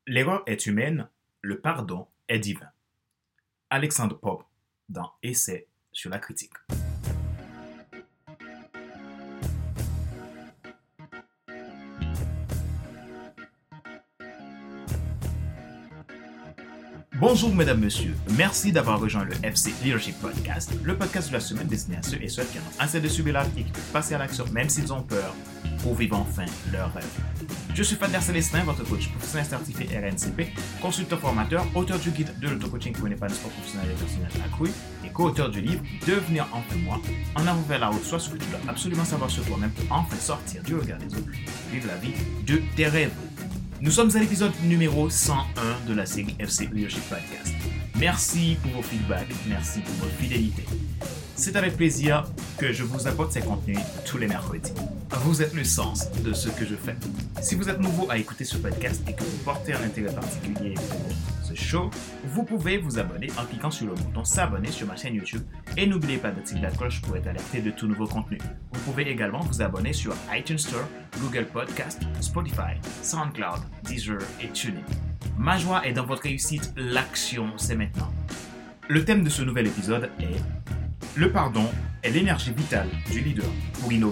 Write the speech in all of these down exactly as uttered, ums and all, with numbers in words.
L'erreur est humaine, le pardon est divin. Alexandre Pope dans Essai sur la critique. Bonjour mesdames, messieurs, merci d'avoir rejoint le F C Leadership Podcast, le podcast de la semaine destiné à ceux et celles qui en ont assez de subir la vie et qui peuvent passer à l'action même s'ils ont peur pour vivre enfin leur rêve. Je suis Fadler Célestin, votre coach professionnel certifié R N C P, consultant formateur, auteur du guide de l'auto-coaching pour une épanouissement professionnel et personnel accru et co-auteur du livre Devenir enfin moi, en avant vers la haute, soit ce que tu dois absolument savoir sur toi-même pour enfin sortir du regard des autres et vivre la vie de tes rêves. Nous sommes à l'épisode numéro cent un de la série F C Leadership Podcast. Merci pour vos feedbacks, merci pour votre fidélité. C'est avec plaisir que je vous apporte ces contenus tous les mercredis. Vous êtes le sens de ce que je fais. Si vous êtes nouveau à écouter ce podcast et que vous portez un intérêt particulier pour ce show, vous pouvez vous abonner en cliquant sur le bouton s'abonner sur ma chaîne YouTube et n'oubliez pas d'activer la cloche pour être alerté de tout nouveau contenu. Vous pouvez également vous abonner sur iTunes Store, Google Podcast, Spotify, SoundCloud, Deezer et TuneIn. Ma joie est dans votre réussite, l'action c'est maintenant. Le thème de ce nouvel épisode est « Le pardon est l'énergie vitale du leader pour innover ».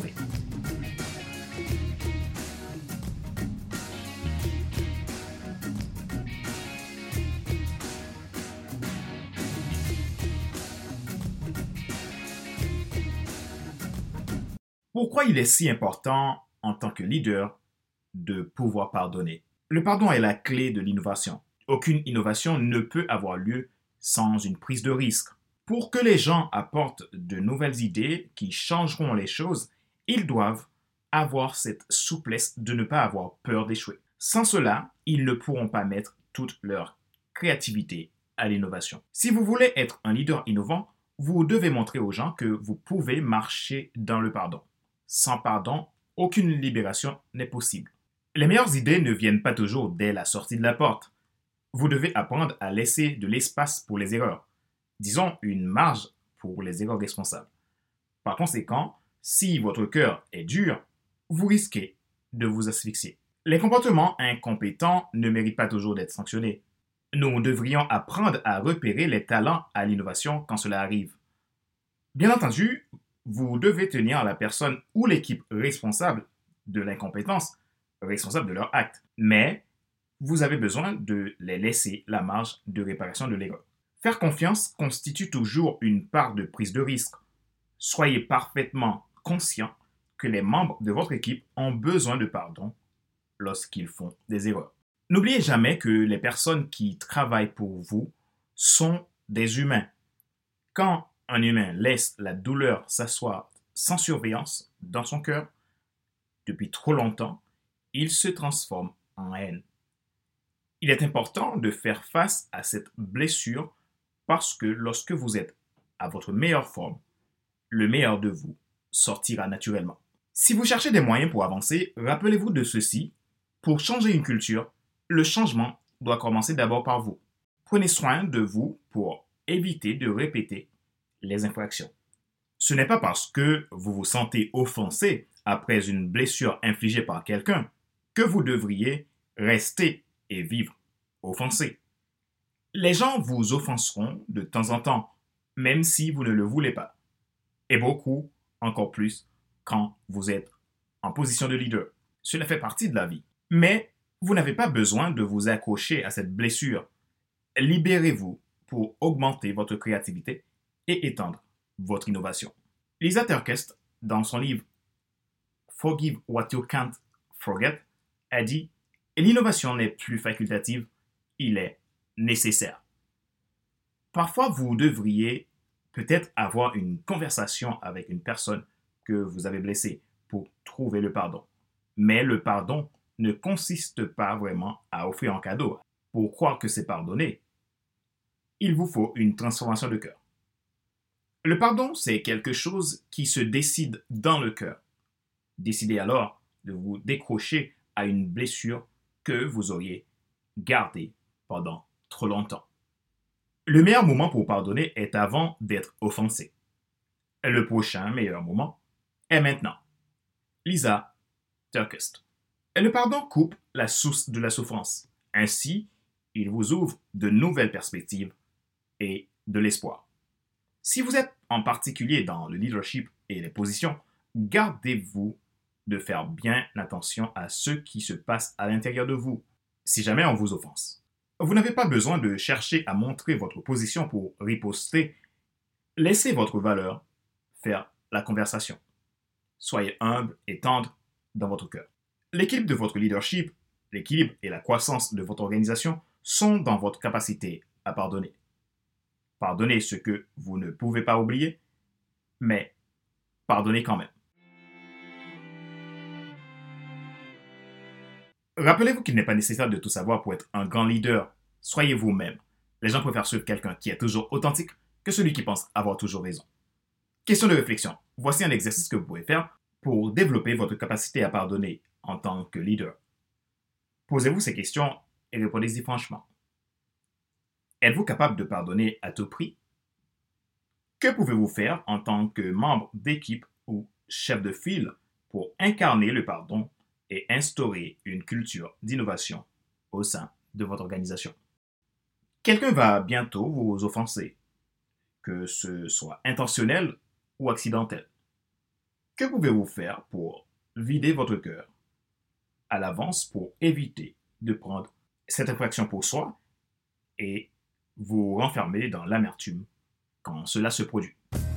Pourquoi il est si important en tant que leader de pouvoir pardonner? Le pardon est la clé de l'innovation. Aucune innovation ne peut avoir lieu sans une prise de risque. Pour que les gens apportent de nouvelles idées qui changeront les choses, ils doivent avoir cette souplesse de ne pas avoir peur d'échouer. Sans cela, ils ne pourront pas mettre toute leur créativité à l'innovation. Si vous voulez être un leader innovant, vous devez montrer aux gens que vous pouvez marcher dans le pardon. Sans pardon, aucune libération n'est possible. Les meilleures idées ne viennent pas toujours dès la sortie de la porte. Vous devez apprendre à laisser de l'espace pour les erreurs. Disons une marge pour les erreurs responsables. Par conséquent, si votre cœur est dur, vous risquez de vous asphyxier. Les comportements incompétents ne méritent pas toujours d'être sanctionnés. Nous devrions apprendre à repérer les talents à l'innovation quand cela arrive. Bien entendu, vous devez tenir la personne ou l'équipe responsable de l'incompétence, responsable de leur acte. Mais vous avez besoin de les laisser la marge de réparation de l'erreur. Faire confiance constitue toujours une part de prise de risque. Soyez parfaitement conscient que les membres de votre équipe ont besoin de pardon lorsqu'ils font des erreurs. N'oubliez jamais que les personnes qui travaillent pour vous sont des humains. Quand un humain laisse la douleur s'asseoir sans surveillance dans son cœur depuis trop longtemps, il se transforme en haine. Il est important de faire face à cette blessure parce que lorsque vous êtes à votre meilleure forme, le meilleur de vous sortira naturellement. Si vous cherchez des moyens pour avancer, rappelez-vous de ceci. Pour changer une culture, le changement doit commencer d'abord par vous. Prenez soin de vous pour éviter de répéter les infractions. Ce n'est pas parce que vous vous sentez offensé après une blessure infligée par quelqu'un que vous devriez rester et vivre offensé. Les gens vous offenseront de temps en temps, même si vous ne le voulez pas. Et beaucoup, encore plus, quand vous êtes en position de leader. Cela fait partie de la vie. Mais vous n'avez pas besoin de vous accrocher à cette blessure. Libérez-vous pour augmenter votre créativité et étendre votre innovation. Lisa TerKeurst, dans son livre Forgive What You Can't Forget, a dit « L'innovation n'est plus facultative, il est nécessaire. » Parfois, vous devriez peut-être avoir une conversation avec une personne que vous avez blessée pour trouver le pardon. Mais le pardon ne consiste pas vraiment à offrir un cadeau. Pour croire que c'est pardonné, il vous faut une transformation de cœur. Le pardon, c'est quelque chose qui se décide dans le cœur. Décidez alors de vous décrocher à une blessure que vous auriez gardée pendant trop longtemps. Le meilleur moment pour pardonner est avant d'être offensé. Le prochain meilleur moment est maintenant. Lisa TerKeurst. Et le pardon coupe la source de la souffrance. Ainsi, il vous ouvre de nouvelles perspectives et de l'espoir. Si vous êtes en particulier dans le leadership et les positions, gardez-vous de faire bien attention à ce qui se passe à l'intérieur de vous, si jamais on vous offense. Vous n'avez pas besoin de chercher à montrer votre position pour riposter. Laissez votre valeur faire la conversation. Soyez humble et tendre dans votre cœur. L'équilibre de votre leadership, l'équilibre et la croissance de votre organisation sont dans votre capacité à pardonner. Pardonnez ce que vous ne pouvez pas oublier, mais pardonnez quand même. Rappelez-vous qu'il n'est pas nécessaire de tout savoir pour être un grand leader. Soyez vous-même. Les gens préfèrent suivre quelqu'un qui est toujours authentique que celui qui pense avoir toujours raison. Question de réflexion. Voici un exercice que vous pouvez faire pour développer votre capacité à pardonner en tant que leader. Posez-vous ces questions et répondez-y franchement. Êtes-vous capable de pardonner à tout prix? Que pouvez-vous faire en tant que membre d'équipe ou chef de file pour incarner le pardon et instaurer une culture d'innovation au sein de votre organisation? Quelqu'un va bientôt vous offenser, que ce soit intentionnel ou accidentel. Que pouvez-vous faire pour vider votre cœur à l'avance pour éviter de prendre cette infraction pour soi et vous renfermer dans l'amertume quand cela se produit?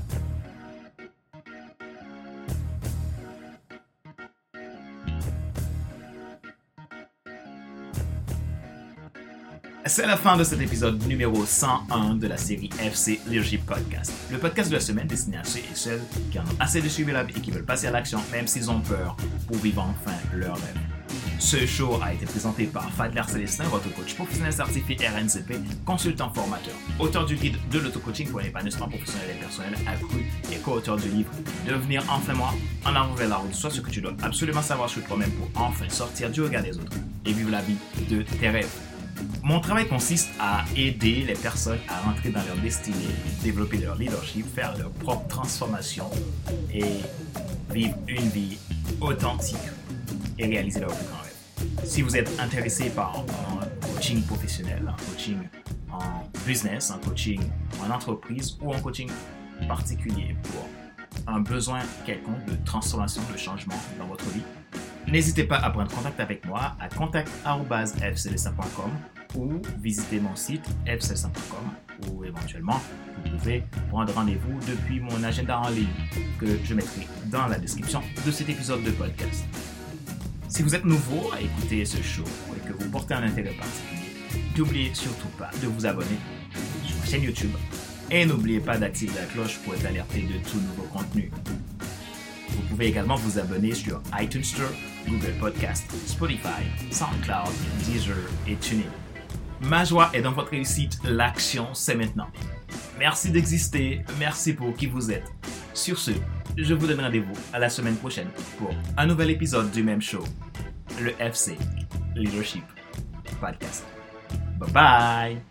C'est la fin de cet épisode numéro cent un de la série F C Leadership Podcast. Le podcast de la semaine destiné à ceux et celles qui en ont assez de suivre la vie et qui veulent passer à l'action même s'ils ont peur pour vivre enfin leur rêve. Ce show a été présenté par Fadler Célestin, votre coach professionnel certifié R N C P, consultant formateur, auteur du guide de l'auto-coaching pour l'épanouissement professionnel et personnel accru et co-auteur du livre Devenir enfin moi, en avant vers la route, soit ce que tu dois absolument savoir sur toi-même pour enfin sortir du regard des autres et vivre la vie de tes rêves. Mon travail consiste à aider les personnes à rentrer dans leur destinée, développer leur leadership, faire leur propre transformation et vivre une vie authentique et réaliser leur plus grand rêve. Si vous êtes intéressé par un coaching professionnel, un coaching en business, un coaching en entreprise ou un coaching particulier pour un besoin quelconque de transformation, de changement dans votre vie, n'hésitez pas à prendre contact avec moi à contact arobase f c l s a point com ou visiter mon site f c l s a point com ou éventuellement vous pouvez prendre rendez-vous depuis mon agenda en ligne que je mettrai dans la description de cet épisode de podcast. Si vous êtes nouveau à écouter ce show et que vous portez un intérêt particulier, n'oubliez surtout pas de vous abonner sur ma chaîne YouTube et n'oubliez pas d'activer la cloche pour être alerté de tout nouveau contenu. Vous pouvez également vous abonner sur iTunes Store, Google Podcast, Spotify, SoundCloud, Deezer et TuneIn. Ma joie est dans votre réussite, l'action c'est maintenant. Merci d'exister, merci pour qui vous êtes. Sur ce, je vous donne rendez-vous à la semaine prochaine pour un nouvel épisode du même show, le F C Leadership Podcast. Bye bye!